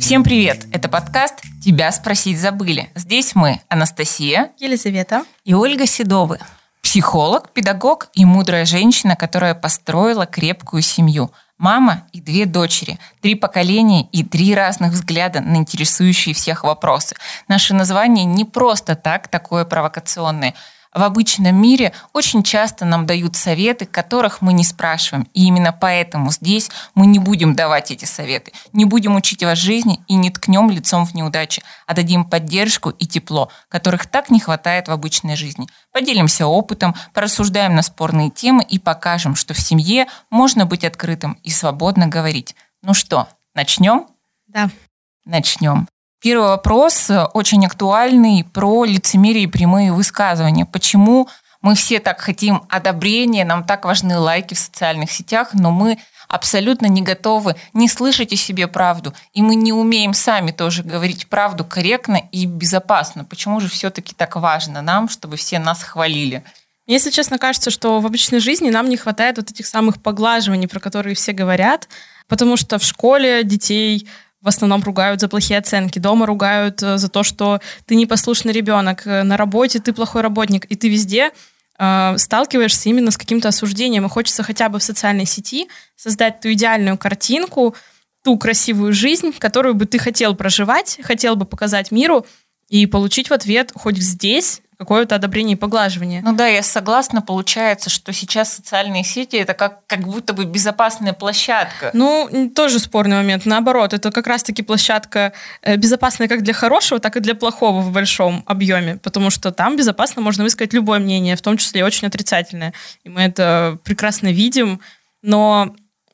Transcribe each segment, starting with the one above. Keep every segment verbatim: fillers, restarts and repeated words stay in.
Всем привет! Это подкаст «Тебя спросить забыли». Здесь мы, Анастасия, Елизавета и Ольга Седовы. Психолог, педагог и мудрая женщина, которая построила крепкую семью. Мама и две дочери, три поколения и три разных взгляда на интересующие всех вопросы. Наше название не просто так такое провокационное. В обычном мире очень часто нам дают советы, которых мы не спрашиваем. И именно поэтому здесь мы не будем давать эти советы, не будем учить вас жизни и не ткнем лицом в неудачи, а дадим поддержку и тепло, которых так не хватает в обычной жизни. Поделимся опытом, порассуждаем на спорные темы и покажем, что в семье можно быть открытым и свободно говорить. Ну что, начнем? Да. Начнем. Первый вопрос очень актуальный про лицемерие и прямые высказывания. Почему мы все так хотим одобрения, нам так важны лайки в социальных сетях, но мы абсолютно не готовы не слышать о себе правду, и мы не умеем сами тоже говорить правду корректно и безопасно. Почему же все-таки так важно нам, чтобы все нас хвалили? Мне, если честно, кажется, что в обычной жизни нам не хватает вот этих самых поглаживаний, про которые все говорят, потому что в школе детей в основном ругают за плохие оценки, дома ругают за то, что ты непослушный ребенок, на работе ты плохой работник, и ты везде э, сталкиваешься именно с каким-то осуждением, и хочется хотя бы в социальной сети создать ту идеальную картинку, ту красивую жизнь, которую бы ты хотел проживать, хотел бы показать миру и получить в ответ хоть здесь какое-то одобрение и поглаживание. Ну да, я согласна. Получается, что сейчас социальные сети – это как, как будто бы безопасная площадка. Ну, тоже спорный момент. Наоборот, это как раз-таки площадка безопасная как для хорошего, так и для плохого в большом объеме, потому что там безопасно можно высказать любое мнение, в том числе очень отрицательное. И мы это прекрасно видим. Но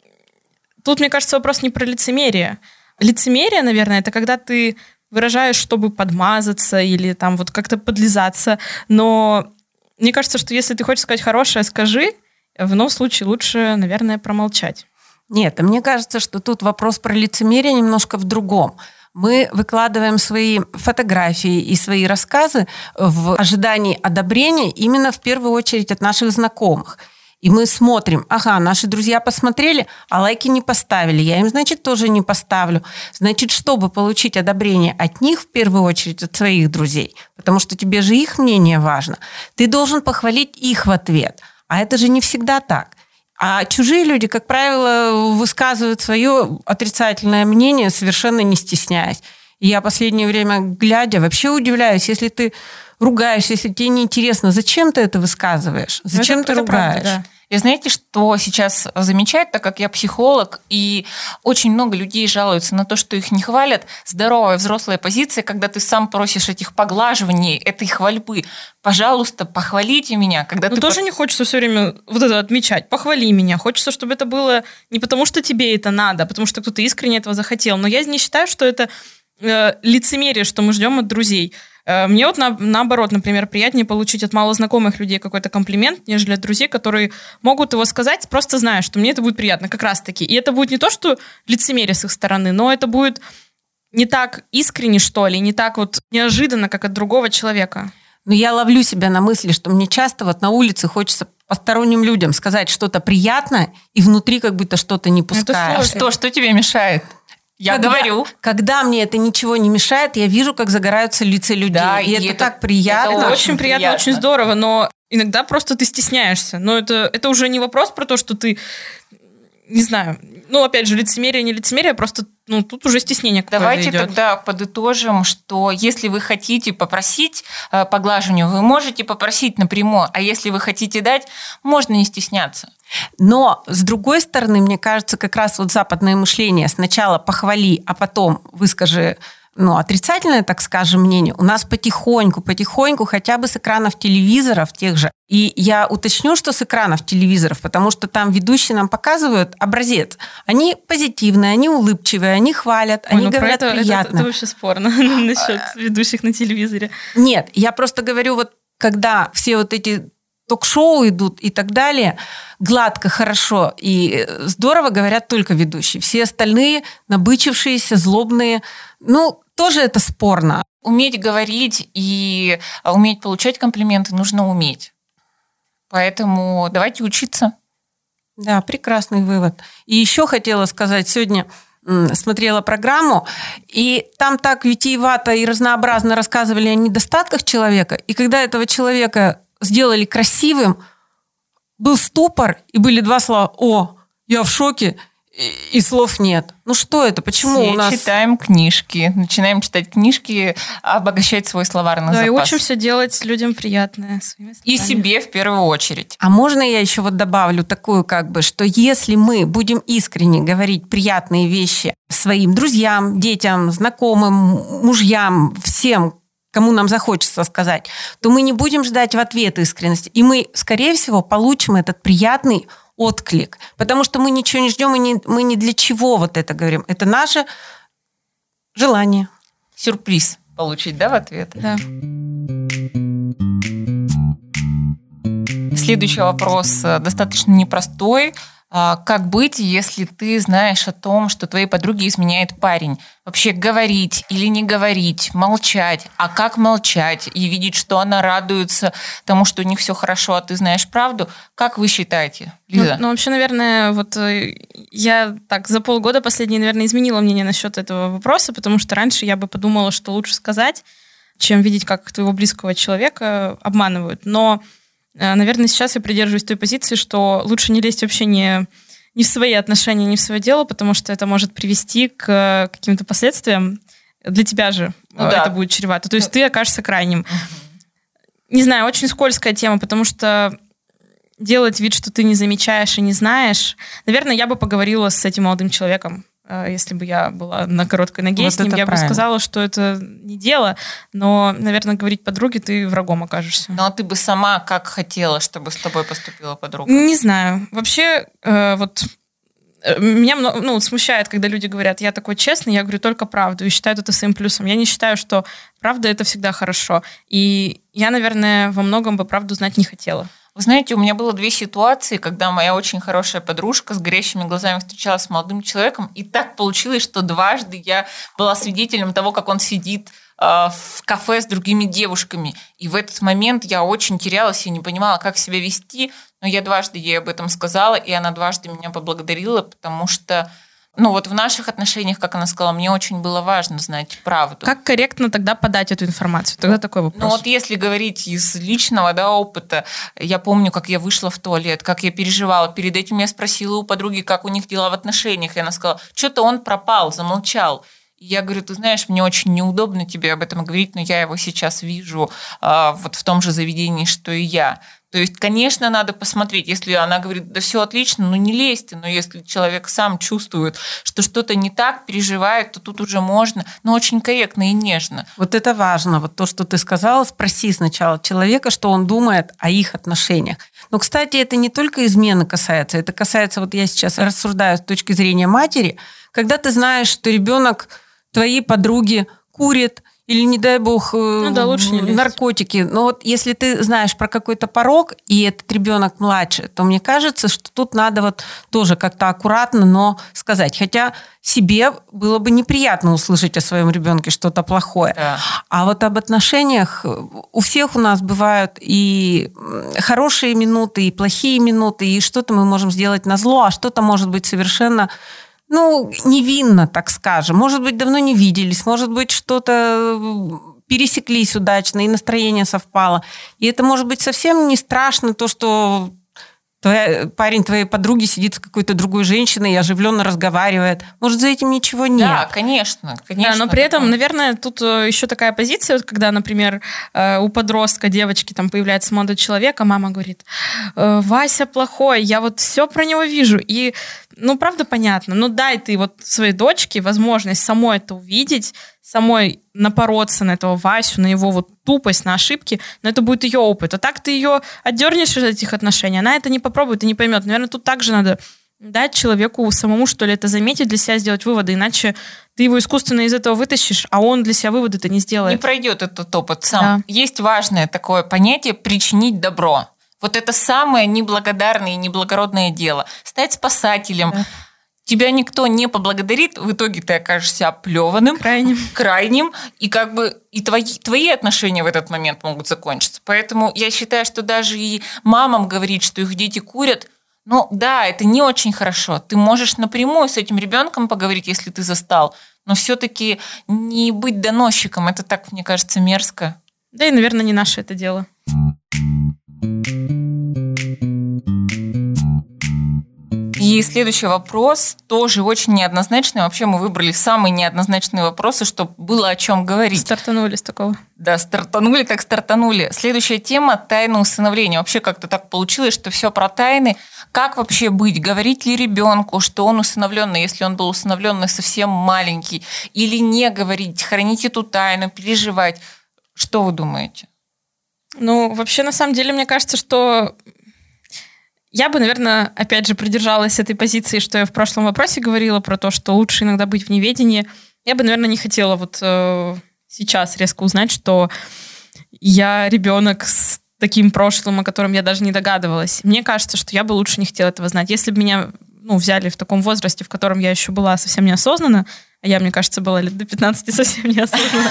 тут, мне кажется, вопрос не про лицемерие. Лицемерие, наверное, это когда ты выражаешь, чтобы подмазаться или там вот как-то подлизаться. Но мне кажется, что если ты хочешь сказать хорошее, скажи. В ином случае лучше, наверное, промолчать. Нет, а мне кажется, что тут вопрос про лицемерие немножко в другом. Мы выкладываем свои фотографии и свои рассказы в ожидании одобрения именно в первую очередь от наших знакомых. И мы смотрим, ага, наши друзья посмотрели, а лайки не поставили. Я им, значит, тоже не поставлю. Значит, чтобы получить одобрение от них, в первую очередь от своих друзей, потому что тебе же их мнение важно, ты должен похвалить их в ответ. А это же не всегда так. А чужие люди, как правило, высказывают свое отрицательное мнение, совершенно не стесняясь. И я последнее время, глядя, вообще удивляюсь, если ты ругаешься, если тебе неинтересно, зачем ты это высказываешь? Зачем это, ты это ругаешь? правда, да. И знаете, что сейчас замечают, так как я психолог, и очень много людей жалуются на то, что их не хвалят. Здоровая взрослая позиция, когда ты сам просишь этих поглаживаний, этой хвальбы. Пожалуйста, похвалите меня. Когда Но ты тоже по... не хочется все время вот это отмечать. Похвали меня. Хочется, чтобы это было не потому, что тебе это надо, а потому что кто-то искренне этого захотел. Но я не считаю, что это э, лицемерие, что мы ждем от друзей. Мне вот на, наоборот, например, приятнее получить от малознакомых людей какой-то комплимент, нежели от друзей, которые могут его сказать, просто зная, что мне это будет приятно, как раз-таки. И это будет не то, что лицемерие с их стороны, но это будет не так искренне, что ли, не так вот неожиданно, как от другого человека. Но я ловлю себя на мысли, что мне часто вот на улице хочется посторонним людям сказать что-то приятное, и внутри как будто что-то не пускаю. А что, что тебе мешает? Я когда, говорю. Когда мне это ничего не мешает, я вижу, как загораются лица людей. Да, и, и это, это так приятно. Это очень приятно, приятно, очень здорово, но иногда просто ты стесняешься. Но это, это уже не вопрос про то, что ты, не знаю, ну, опять же, лицемерие, не лицемерие, просто ну, тут уже стеснение какое-то Давайте идет. Тогда подытожим, что если вы хотите попросить э, поглаживания, вы можете попросить напрямую, а если вы хотите дать, можно не стесняться. Но, с другой стороны, мне кажется, как раз вот западное мышление сначала похвали, а потом выскажи ну, отрицательное, так скажем, мнение, у нас потихоньку, потихоньку, хотя бы с экранов телевизоров тех же. И я уточню, что с экранов телевизоров, потому что там ведущие нам показывают образец. Они позитивные, они улыбчивые, они хвалят, Ой, они ну говорят это, приятно. Это, это вообще спорно насчет ведущих на телевизоре. Нет, я просто говорю, вот когда все вот эти ток-шоу идут и так далее, гладко, хорошо и здорово говорят только ведущие. Все остальные набычившиеся, злобные, ну, тоже это спорно. Уметь говорить и уметь получать комплименты нужно уметь. Поэтому давайте учиться. Да, прекрасный вывод. И еще хотела сказать, сегодня смотрела программу, и там так витиевато и разнообразно рассказывали о недостатках человека, и когда этого человека сделали красивым, был ступор, и были два слова: «О, я в шоке», и слов нет. Ну что это? Почему Все у нас... читаем книжки, начинаем читать книжки, обогащать свой словарный да, запас. Да, и учимся делать людям приятное своими словами. И себе в первую очередь. А можно я еще вот добавлю такую, как бы, что если мы будем искренне говорить приятные вещи своим друзьям, детям, знакомым, мужьям, всем, кому нам захочется сказать, то мы не будем ждать в ответ искренности. И мы, скорее всего, получим этот приятный отклик. Потому что мы ничего не ждем, и не, мы ни для чего вот это говорим. Это наше желание. Сюрприз получить, да, в ответ? Да. Следующий вопрос достаточно непростой. Как быть, если ты знаешь о том, что твоей подруге изменяет парень? Вообще говорить или не говорить, молчать? А как молчать и видеть, что она радуется тому, что у них все хорошо, а ты знаешь правду? Как вы считаете, Лиза? Ну, ну вообще, наверное, вот я так за полгода последние, наверное, изменила мнение насчет этого вопроса, потому что раньше я бы подумала, что лучше сказать, чем видеть, как твоего близкого человека обманывают. Но наверное, сейчас я придерживаюсь той позиции, что лучше не лезть вообще не, не в свои отношения, не в свое дело, потому что это может привести к каким-то последствиям. Для тебя же ну, это да. будет чревато. То есть ты окажешься крайним. Uh-huh. Не знаю, очень скользкая тема, потому что делать вид, что ты не замечаешь и не знаешь... Наверное, я бы поговорила с этим молодым человеком. Если бы я была на короткой ноге вот с ним, я правильно. бы сказала, что это не дело, но, наверное, говорить подруге ты врагом окажешься. Но ты бы сама как хотела, чтобы с тобой поступила подруга? Не знаю. Вообще, э, вот меня ну, смущает, когда люди говорят, я такой честный, я говорю только правду, и считают это своим плюсом. Я не считаю, что правда — это всегда хорошо. И я, наверное, во многом бы правду знать не хотела. Вы знаете, у меня было две ситуации, когда моя очень хорошая подружка с горящими глазами встречалась с молодым человеком, и так получилось, что дважды я была свидетелем того, как он сидит э, в кафе с другими девушками. И в этот момент я очень терялась и не понимала, как себя вести, но я дважды ей об этом сказала, и она дважды меня поблагодарила, потому что ну вот в наших отношениях, как она сказала, мне очень было важно знать правду. Как корректно тогда подать эту информацию? Тогда такой вопрос. Ну вот если говорить из личного да, опыта, я помню, как я вышла в туалет, как я переживала. Перед этим я спросила у подруги, как у них дела в отношениях, и она сказала, что-то он пропал, замолчал. И я говорю, ты знаешь, мне очень неудобно тебе об этом говорить, но я его сейчас вижу а, вот в том же заведении, что и я. То есть, конечно, надо посмотреть, если она говорит, да все отлично, ну не лезьте, но если человек сам чувствует, что что-то не так, переживает, то тут уже можно, но очень корректно и нежно. Вот это важно, вот то, что ты сказала, спроси сначала человека, что он думает о их отношениях. Но, кстати, это не только измены касается, это касается, вот я сейчас рассуждаю с точки зрения матери, когда ты знаешь, что ребенок твоей подруги курит, или, не дай бог, ну, да, лучше не наркотики. Но вот если ты знаешь про какой-то порог, и этот ребенок младше, то мне кажется, что тут надо вот тоже как-то аккуратно, но сказать. Хотя себе было бы неприятно услышать о своем ребенке что-то плохое. Да. А вот об отношениях у всех у нас бывают и хорошие минуты, и плохие минуты, и что-то мы можем сделать назло, а что-то может быть совершенно... Ну, невинно, так скажем. Может быть, давно не виделись, может быть, что-то пересеклись удачно, и настроение совпало. И это может быть совсем не страшно, то, что твоя, парень твоей подруги сидит с какой-то другой женщиной и оживленно разговаривает. Может, за этим ничего нет. Да, конечно. конечно да, но при этом, такое. Наверное, тут еще такая позиция, вот, когда, например, у подростка, девочки, там появляется молодой человек, а мама говорит, Вася плохой, я вот все про него вижу. И ну, правда, понятно. Ну, дай ты вот своей дочке возможность самой это увидеть, самой напороться на этого Васю, на его вот тупость, на ошибки, но это будет ее опыт. А так ты ее отдернешь из этих отношений, она это не попробует и не поймет. Наверное, тут также надо дать человеку самому, что ли, это заметить, для себя сделать выводы, иначе ты его искусственно из этого вытащишь, а он для себя выводы-то не сделает. Не пройдет этот опыт сам. Да. Есть важное такое понятие «причинить добро». Вот это самое неблагодарное и неблагородное дело. Стать спасателем. Да. Тебя никто не поблагодарит, в итоге ты окажешься оплеванным, крайним, крайним и как бы и твои, твои отношения в этот момент могут закончиться. Поэтому я считаю, что даже и мамам говорить, что их дети курят, Ну да, это не очень хорошо. Ты можешь напрямую с этим ребенком поговорить, если ты застал, но все-таки не быть доносчиком. Это так, мне кажется, мерзко. Да и, наверное, не наше это дело. И следующий вопрос тоже очень неоднозначный. Вообще мы выбрали самые неоднозначные вопросы, чтобы было о чем говорить. Стартанули с такого. Да, стартанули, так стартанули. Следующая тема – тайна усыновления. Вообще как-то так получилось, что все про тайны. Как вообще быть? Говорить ли ребенку, что он усыновленный, если он был усыновленный совсем маленький? Или не говорить, хранить эту тайну, переживать? Что вы думаете? Ну, вообще, на самом деле, мне кажется, что я бы, наверное, опять же придержалась этой позиции, что я в прошлом вопросе говорила про то, что лучше иногда быть в неведении. Я бы, наверное, не хотела вот э, сейчас резко узнать, что я ребенок с таким прошлым, о котором я даже не догадывалась. Мне кажется, что я бы лучше не хотела этого знать. Если бы меня ну, взяли в таком возрасте, в котором я еще была совсем неосознанна, а я, мне кажется, была лет до пятнадцати совсем неосознанна,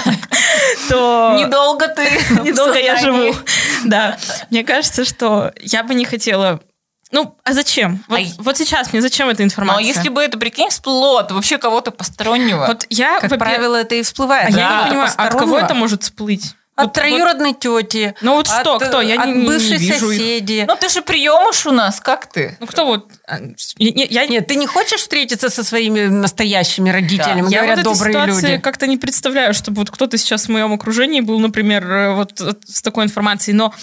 то... Недолго ты Недолго я живу. Да. Мне кажется, что я бы не хотела... Ну, а зачем? Вот, а вот сейчас мне зачем эта информация? Ну, а если бы это, прикинь, всплыло от вообще кого-то постороннего? Вот я, как правило, это и всплывает. А да, я не понимаю, от кого это может всплыть? От вот, троюродной вот... тети. Ну вот что, от, кто? Я от не, бывшей не вижу соседи. Их. Ну ты же приемыш у нас, как ты? Ну кто вот? Я, я... Нет, ты не хочешь встретиться со своими настоящими родителями, да. говорят я вот добрые люди. Я как-то не представляю, чтобы вот кто-то сейчас в моем окружении был, например, вот с такой информацией, но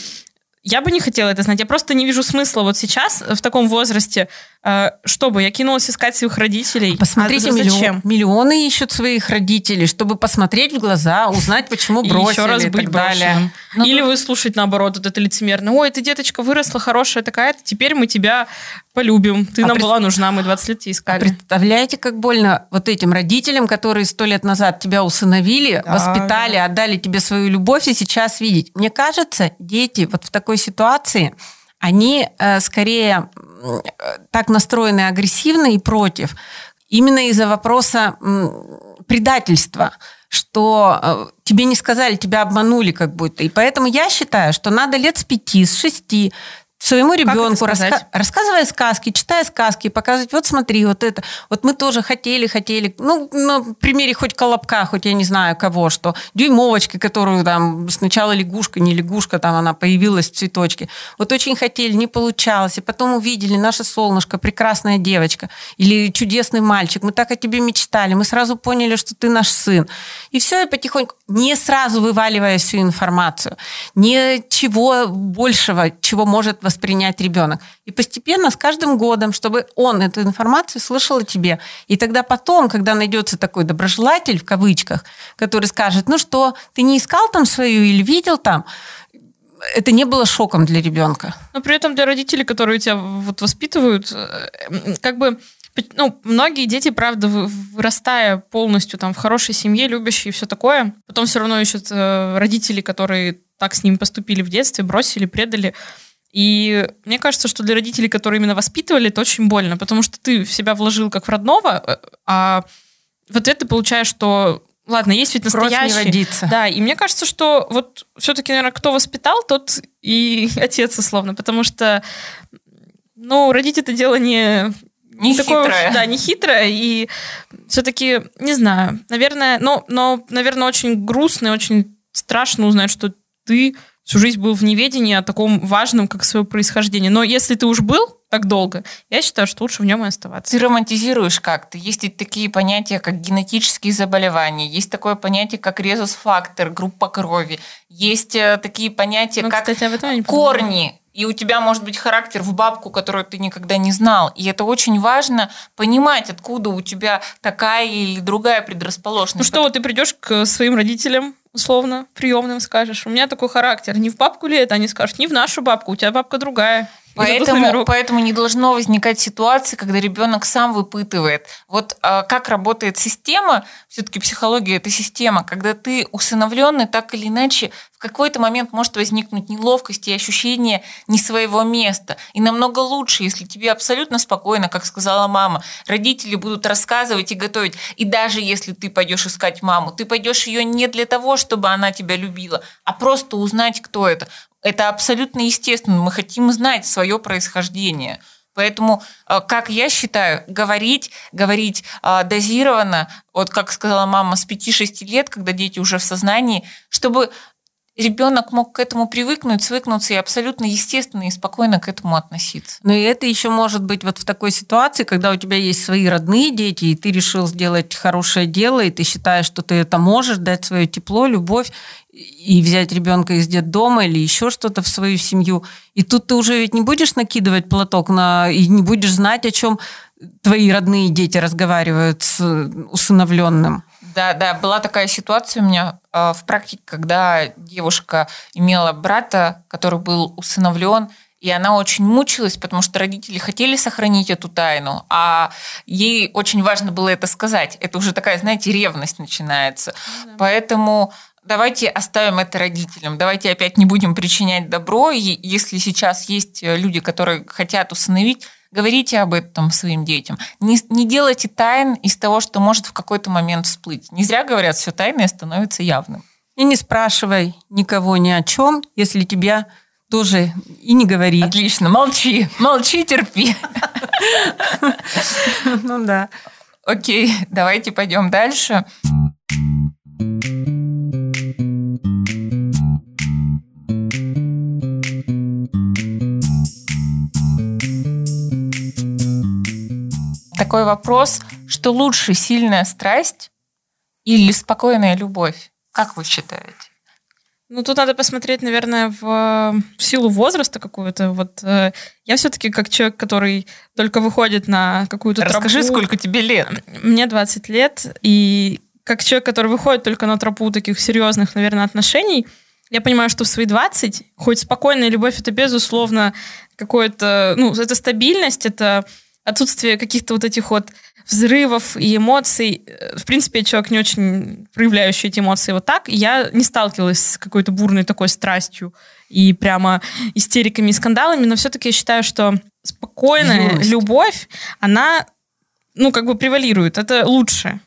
я бы не хотела это знать. Я просто не вижу смысла вот сейчас, в таком возрасте, чтобы я кинулась искать своих родителей. Посмотрите, а миллион, миллионы ищут своих родителей, чтобы посмотреть в глаза, узнать, почему бросили и, еще раз быть так далее. Ну, Или выслушать, наоборот, вот это лицемерно. Ой, ты, деточка, выросла, хорошая такая-то, теперь мы тебя полюбим. Ты а нам пред... была нужна, мы двадцать лет тебя искали. А представляете, как больно вот этим родителям, которые сто лет назад тебя усыновили, да, воспитали, да. отдали тебе свою любовь, и сейчас видеть. Мне кажется, дети вот в такой ситуации, они э, скорее э, так настроены агрессивно и против, именно из-за вопроса э, предательства, что э, тебе не сказали, тебя обманули как будто. И поэтому я считаю, что надо лет с пяти, с шести своему ребенку, раска- рассказывая сказки, читая сказки, показывать, вот смотри, вот это, вот мы тоже хотели, хотели, ну, на примере хоть Колобка, хоть я не знаю кого, что дюймовочка, которую там сначала лягушка, не лягушка, там она появилась в цветочке, вот очень хотели, не получалось, и потом увидели наше солнышко, прекрасная девочка, или чудесный мальчик, мы так о тебе мечтали, мы сразу поняли, что ты наш сын. И все, и потихоньку, не сразу вываливая всю информацию, ничего большего, чего может воспринять ребенок. И постепенно, с каждым годом, чтобы он эту информацию слышал о тебе. И тогда потом, когда найдется такой доброжелатель, в кавычках, который скажет, ну что, ты не искал там свою или видел там, это не было шоком для ребенка. Но при этом для родителей, которые тебя вот воспитывают, как бы, ну, многие дети, правда, вырастая полностью там в хорошей семье, любящие и все такое, потом все равно ищут родителей, которые так с ними поступили в детстве, бросили, предали. И мне кажется, что для родителей, которые именно воспитывали, это очень больно, потому что ты в себя вложил как в родного, а в ответ ты получаешь, что ладно, есть ведь настоящий. Кровь не родится. Да, и мне кажется, что вот все-таки, наверное, кто воспитал, тот и отец, условно, потому что, ну, родить это дело не... Не такое, хитрое. Да, не хитрое, и все-таки, не знаю, наверное, но, но, наверное, очень грустно и очень страшно узнать, что ты всю жизнь был в неведении о таком важном, как свое происхождение. Но если ты уж был так долго, я считаю, что лучше в нем и оставаться. Ты романтизируешь как-то. Есть ведь такие понятия, как генетические заболевания, есть такое понятие, как резус-фактор, группа крови, есть такие понятия, ну, как кстати, об этом я не корни. И у тебя может быть характер в бабку, которую ты никогда не знал. И это очень важно понимать, откуда у тебя такая или другая предрасположенность. Ну что, вот ты придешь к своим родителям, условно, приемным, скажешь, у меня такой характер, не в бабку ли это? Они скажут, не в нашу бабку, у тебя бабка другая. Поэтому, поэтому не должно возникать ситуации, когда ребенок сам выпытывает. Вот а, как работает система, все-таки психология – это система, когда ты усыновленный, так или иначе, в какой-то момент может возникнуть неловкость и ощущение не своего места. И намного лучше, если тебе абсолютно спокойно, как сказала мама, родители будут рассказывать и готовить. И даже если ты пойдешь искать маму, ты пойдешь ее не для того, чтобы она тебя любила, а просто узнать, кто это. Это абсолютно естественно. Мы хотим знать свое происхождение. Поэтому, как я считаю, говорить, говорить дозированно, вот как сказала мама, с пяти-шести лет, когда дети уже в сознании, чтобы ребенок мог к этому привыкнуть, свыкнуться и абсолютно естественно и спокойно к этому относиться. Но и это еще может быть вот в такой ситуации, когда у тебя есть свои родные дети, и ты решил сделать хорошее дело, и ты считаешь, что ты это можешь, дать свое тепло, любовь, и взять ребенка из детдома или еще что-то в свою семью. И тут ты уже ведь не будешь накидывать платок на, и не будешь знать, о чем твои родные дети разговаривают с усыновленным. Да, да, была такая ситуация у меня э, в практике, когда девушка имела брата, который был усыновлен, и она очень мучилась, потому что родители хотели сохранить эту тайну, а ей очень важно было это сказать. Это уже такая, знаете, ревность начинается. Да. Поэтому давайте оставим это родителям, давайте опять не будем причинять добро. И если сейчас есть люди, которые хотят усыновить, говорите об этом своим детям. Не, не делайте тайн из того, что может в какой-то момент всплыть. Не зря говорят, все тайное становится явным. И не спрашивай никого ни о чем, если тебя тоже и не говори. Отлично, молчи, молчи, терпи. Ну да. Окей, давайте пойдем дальше. Такой вопрос, что лучше, сильная страсть или спокойная любовь? Как вы считаете? Ну, тут надо посмотреть, наверное, в, в силу возраста какую-то. Вот э, я все-таки как человек, который только выходит на какую-то тропу. Расскажи, сколько тебе лет? Мне двадцать лет, и как человек, который выходит только на тропу таких серьезных, наверное, отношений, я понимаю, что в свои двадцать, хоть спокойная любовь, это, безусловно, какое-то, ну, это стабильность, это отсутствие каких-то вот этих вот взрывов и эмоций. В принципе, я человек, не очень проявляющий эти эмоции вот так. Я не сталкивалась с какой-то бурной такой страстью и прямо истериками и скандалами, но все-таки я считаю, что спокойная Юность. любовь, она, ну, как бы превалирует. Это лучше.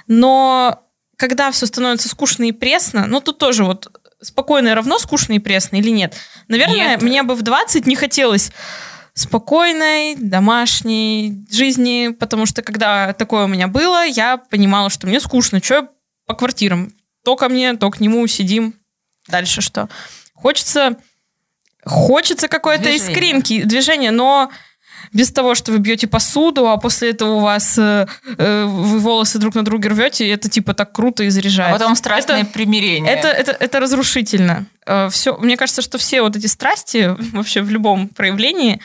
Но когда все становится скучно и пресно, ну, тут тоже вот спокойно равно скучно и пресно или нет? Наверное, нет. Мне бы в двадцать не хотелось спокойной, домашней жизни, потому что когда такое у меня было, я понимала, что мне скучно, что я по квартирам. То ко мне, то к нему сидим. Дальше что? Хочется, хочется какой-то искринки, движения, но без того, что вы бьете посуду, а после этого у вас э, э, вы волосы друг на друга рвете, и это типа так круто и заряжает. А потом страстное это, примирение. Это, это, это разрушительно. Э, все, мне кажется, что все вот эти страсти вообще в любом проявлении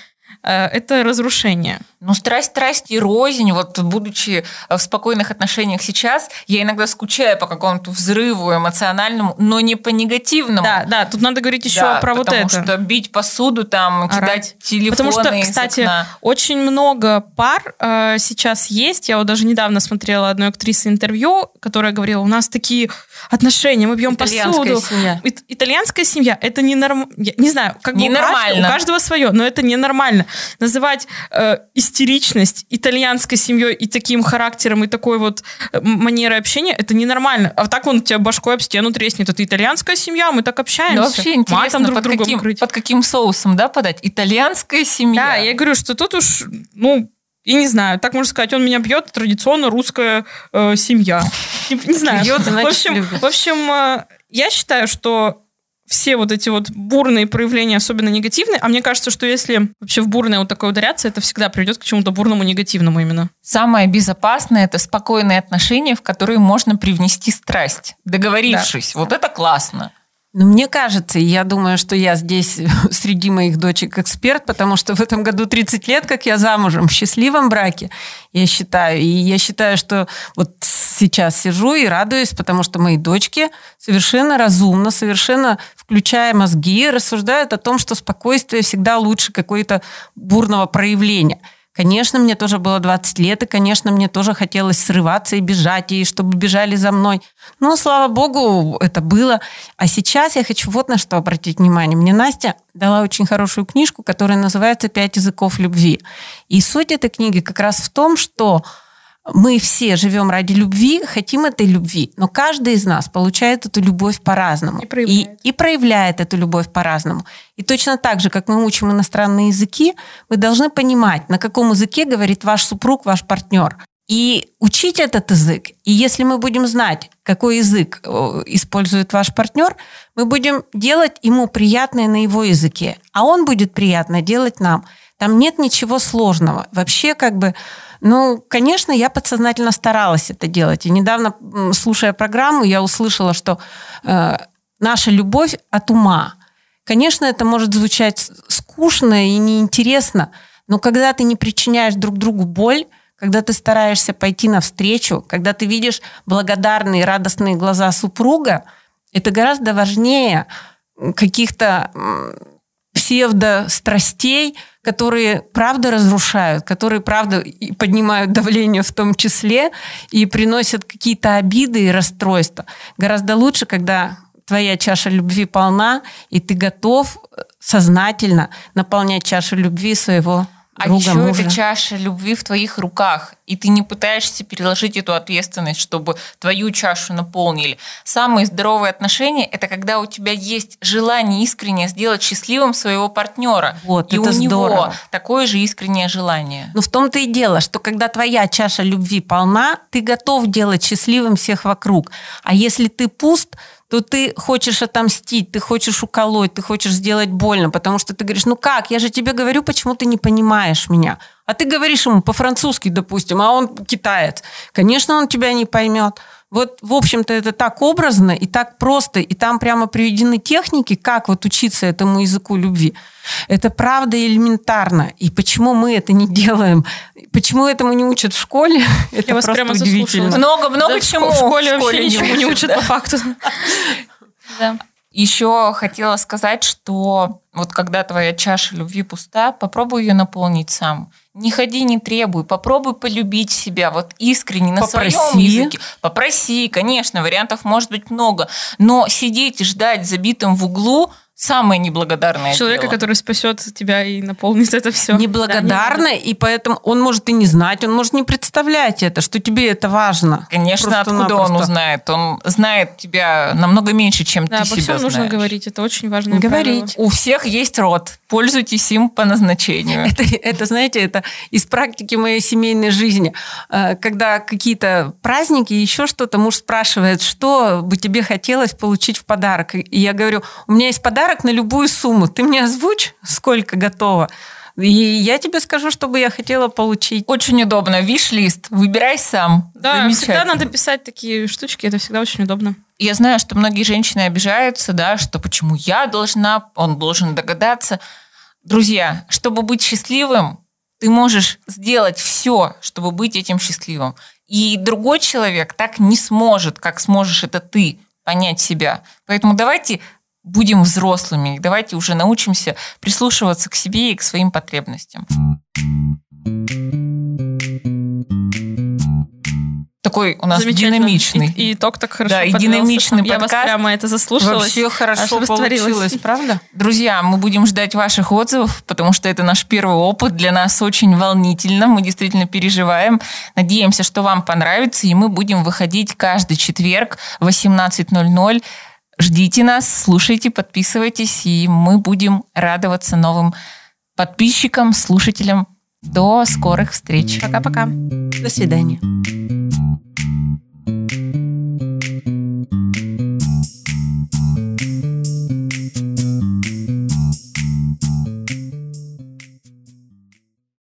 это разрушение. Ну, страсть, страсть и рознь. Вот, будучи в спокойных отношениях сейчас, я иногда скучаю по какому-то взрыву эмоциональному, но не по негативному. Да, да, тут надо говорить еще да, про вот это. Потому что бить посуду, там, кидать телефоны. Потому что, кстати, очень много пар э, сейчас есть. Я вот даже недавно смотрела одной актрисы интервью, которая говорила, у нас такие отношения, мы бьем посуду. Семья. Ит- итальянская семья. Это не нормально. Не знаю, как бы у каждого, у каждого свое, но это ненормально. Называть э, истеричность итальянской семьей и таким характером, и такой вот манерой общения, это ненормально. А так он тебя башкой об стену треснет. Это итальянская семья, мы так общаемся. Ну, вообще интересно, друг под, каким, под каким соусом, да, подать? Итальянская семья. Да, я говорю, что тут уж, ну, я не знаю, так можно сказать, он меня бьет, традиционно русская э, семья. Не знаю. В общем, в общем, я считаю, что все вот эти вот бурные проявления, особенно негативные, а мне кажется, что если вообще в бурное вот такое ударяться, это всегда приведет к чему-то бурному, негативному именно. Самое безопасное – это спокойные отношения, в которые можно привнести страсть, договорившись. Да. Вот это классно. Ну, мне кажется, и я думаю, что я здесь среди моих дочек эксперт, потому что в этом году тридцать лет, как я замужем, в счастливом браке, я считаю. И я считаю, что вот сейчас сижу и радуюсь, потому что мои дочки совершенно разумно, совершенно включая мозги, рассуждают о том, что спокойствие всегда лучше какого-то бурного проявления. Конечно, мне тоже было двадцать лет, и, конечно, мне тоже хотелось срываться и бежать, и чтобы бежали за мной. Но, слава богу, это было. А сейчас я хочу вот на что обратить внимание. Мне Настя дала очень хорошую книжку, которая называется «Пять языков любви». И суть этой книги как раз в том, что мы все живем ради любви, хотим этой любви, но каждый из нас получает эту любовь по-разному. И проявляет. И, и проявляет эту любовь по-разному. И точно так же, как мы учим иностранные языки, вы должны понимать, на каком языке говорит ваш супруг, ваш партнер. И учить этот язык. И если мы будем знать, какой язык использует ваш партнер, мы будем делать ему приятное на его языке, а он будет приятно делать нам. Там нет ничего сложного. Вообще, как бы, ну, конечно, я подсознательно старалась это делать. И недавно, слушая программу, я услышала, что э, наша любовь от ума. Конечно, это может звучать скучно и неинтересно, но когда ты не причиняешь друг другу боль, когда ты стараешься пойти навстречу, когда ты видишь благодарные, радостные глаза супруга, это гораздо важнее каких-то псевдо-страстей, которые, правда, разрушают, которые, правда, поднимают давление в том числе и приносят какие-то обиды и расстройства. Гораздо лучше, когда твоя чаша любви полна, и ты готов сознательно наполнять чашу любви своего А друга, еще мужа. эта чаша любви в твоих руках, и ты не пытаешься переложить эту ответственность, чтобы твою чашу наполнили. Самые здоровые отношения – это когда у тебя есть желание искренне сделать счастливым своего партнера, Вот, и это у него здорово. такое же искреннее желание. Но в том-то и дело, что когда твоя чаша любви полна, ты готов делать счастливым всех вокруг. А если ты пуст, то ты хочешь отомстить, ты хочешь уколоть, ты хочешь сделать больно, потому что ты говоришь, ну как, я же тебе говорю, почему ты не понимаешь меня. А ты говоришь ему по-французски, допустим, а он китаец. Конечно, он тебя не поймет. Вот, в общем-то, это так образно и так просто, и там прямо приведены техники, как вот учиться этому языку любви. Это правда элементарно. И почему мы это не делаем? Почему этому не учат в школе? Это Я вас просто прямо удивительно. заслушалась. Много-много Да, чему в школе вообще не ничему не учат да. по факту. Да. Еще хотела сказать, что вот когда твоя чаша любви пуста, попробуй ее наполнить сам. Не ходи, не требуй, попробуй полюбить себя вот искренне на Попроси. своем языке. Попроси, конечно, вариантов может быть много, но сидеть и ждать забитым в углу – самое неблагодарное Человека, дело. который спасет тебя и наполнит это все. Неблагодарно, и поэтому он может и не знать, он может не представлять это, что тебе это важно. Конечно, откуда он Просто-напросто. узнает? Он знает тебя намного меньше, чем Да, ты обо себя всем нужно знаешь. говорить. Это очень важное Говорить. правило. У всех есть рот. Пользуйтесь им по назначению. Это, это, знаете, это из практики моей семейной жизни. Э, Когда какие-то праздники, еще что-то, муж спрашивает, что бы тебе хотелось получить в подарок. И я говорю, у меня есть подарок на любую сумму. Ты мне озвучь, сколько готово. И я тебе скажу, что бы я хотела получить. Очень удобно. Виш-лист. Выбирай сам. Да, всегда Замечательно. надо писать такие штучки, это всегда очень удобно. Я знаю, что многие женщины обижаются, да, что почему я должна, он должен догадаться. Друзья, чтобы быть счастливым, ты можешь сделать все, чтобы быть этим счастливым. И другой человек так не сможет, как сможешь это ты, понять себя. Поэтому давайте будем взрослыми, давайте уже научимся прислушиваться к себе и к своим потребностям. Такой у нас Замечательно. динамичный. И, и итог так хорошо Да, и подвелся. динамичный Я вас подкаст. прямо это заслушалась. Вообще хорошо аж растворилась. получилось, правда? Друзья, мы будем ждать ваших отзывов, потому что это наш первый опыт. Для нас очень волнительно. Мы действительно переживаем. Надеемся, что вам понравится. И мы будем выходить каждый четверг в восемнадцать ноль ноль. Ждите нас, слушайте, подписывайтесь. И мы будем радоваться новым подписчикам, слушателям. До скорых встреч. Пока-пока. До свидания.